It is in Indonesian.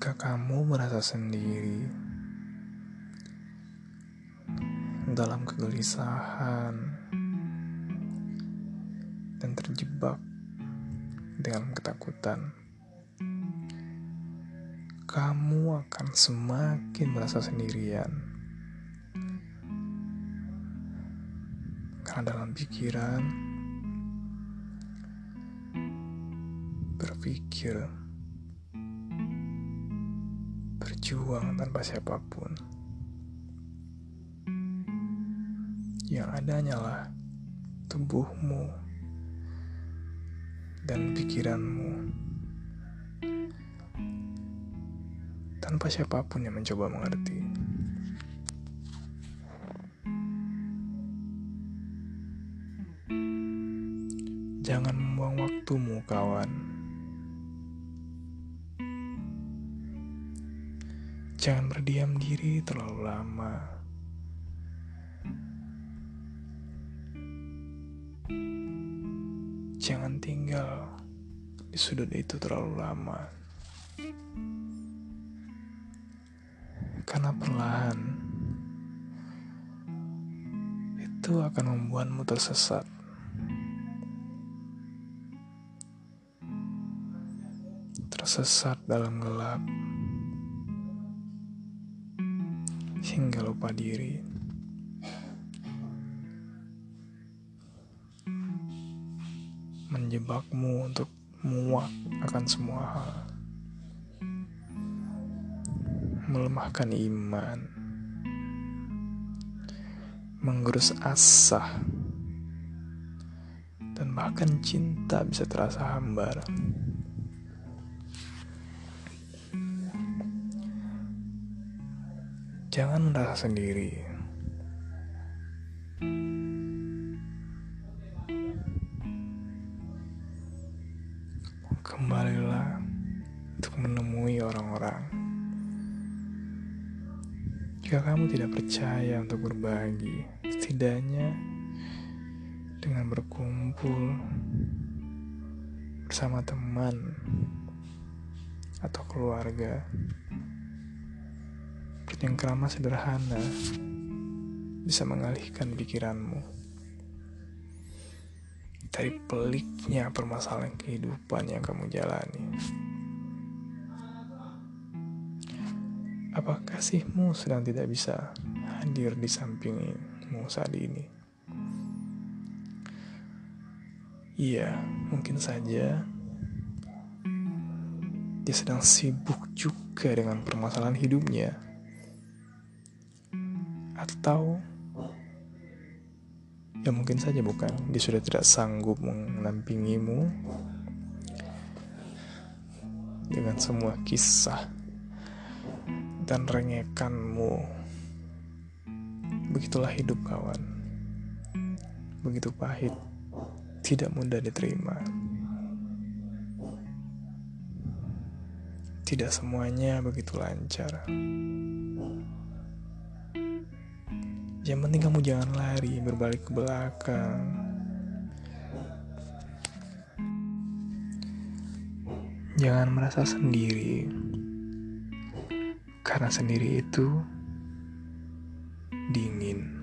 Jika kamu merasa sendiri dalam kegelisahan dan terjebak dengan ketakutan, kamu akan semakin merasa sendirian. Karena dalam pikiran, berpikir, berjuang tanpa siapapun. Yang ada hanyalah tubuhmu dan pikiranmu, tanpa siapapun yang mencoba mengerti. Jangan membuang waktumu, kawan. Jangan berdiam diri terlalu lama. Jangan tinggal di sudut itu terlalu lama. Karena perlahan itu akan membuatmu tersesat. Tersesat dalam gelap hingga lupa diri. Menjebakmu untuk muak akan semua hal. Melemahkan iman. Menggerus asa. Dan bahkan cinta bisa terasa hambar. Jangan merasa sendiri. Kembalilah untuk menemui orang-orang. Jika kamu tidak percaya untuk berbagi, setidaknya dengan berkumpul bersama teman atau keluarga, bercengkrama sederhana bisa mengalihkan pikiranmu dari peliknya permasalahan kehidupan yang kamu jalani. Apakah kasihmu sedang tidak bisa hadir di sampingmu saat ini? Iya, mungkin saja dia sedang sibuk juga dengan permasalahan hidupnya. Atau ya mungkin saja bukan, dia sudah tidak sanggup menampingimu dengan semua kisah dan rengekanmu. Begitulah hidup, kawan. Begitu pahit, tidak mudah diterima. Tidak semuanya begitu lancar. Yang penting kamu jangan lari, berbalik ke belakang. Jangan merasa sendiri. Karena sendiri itu dingin.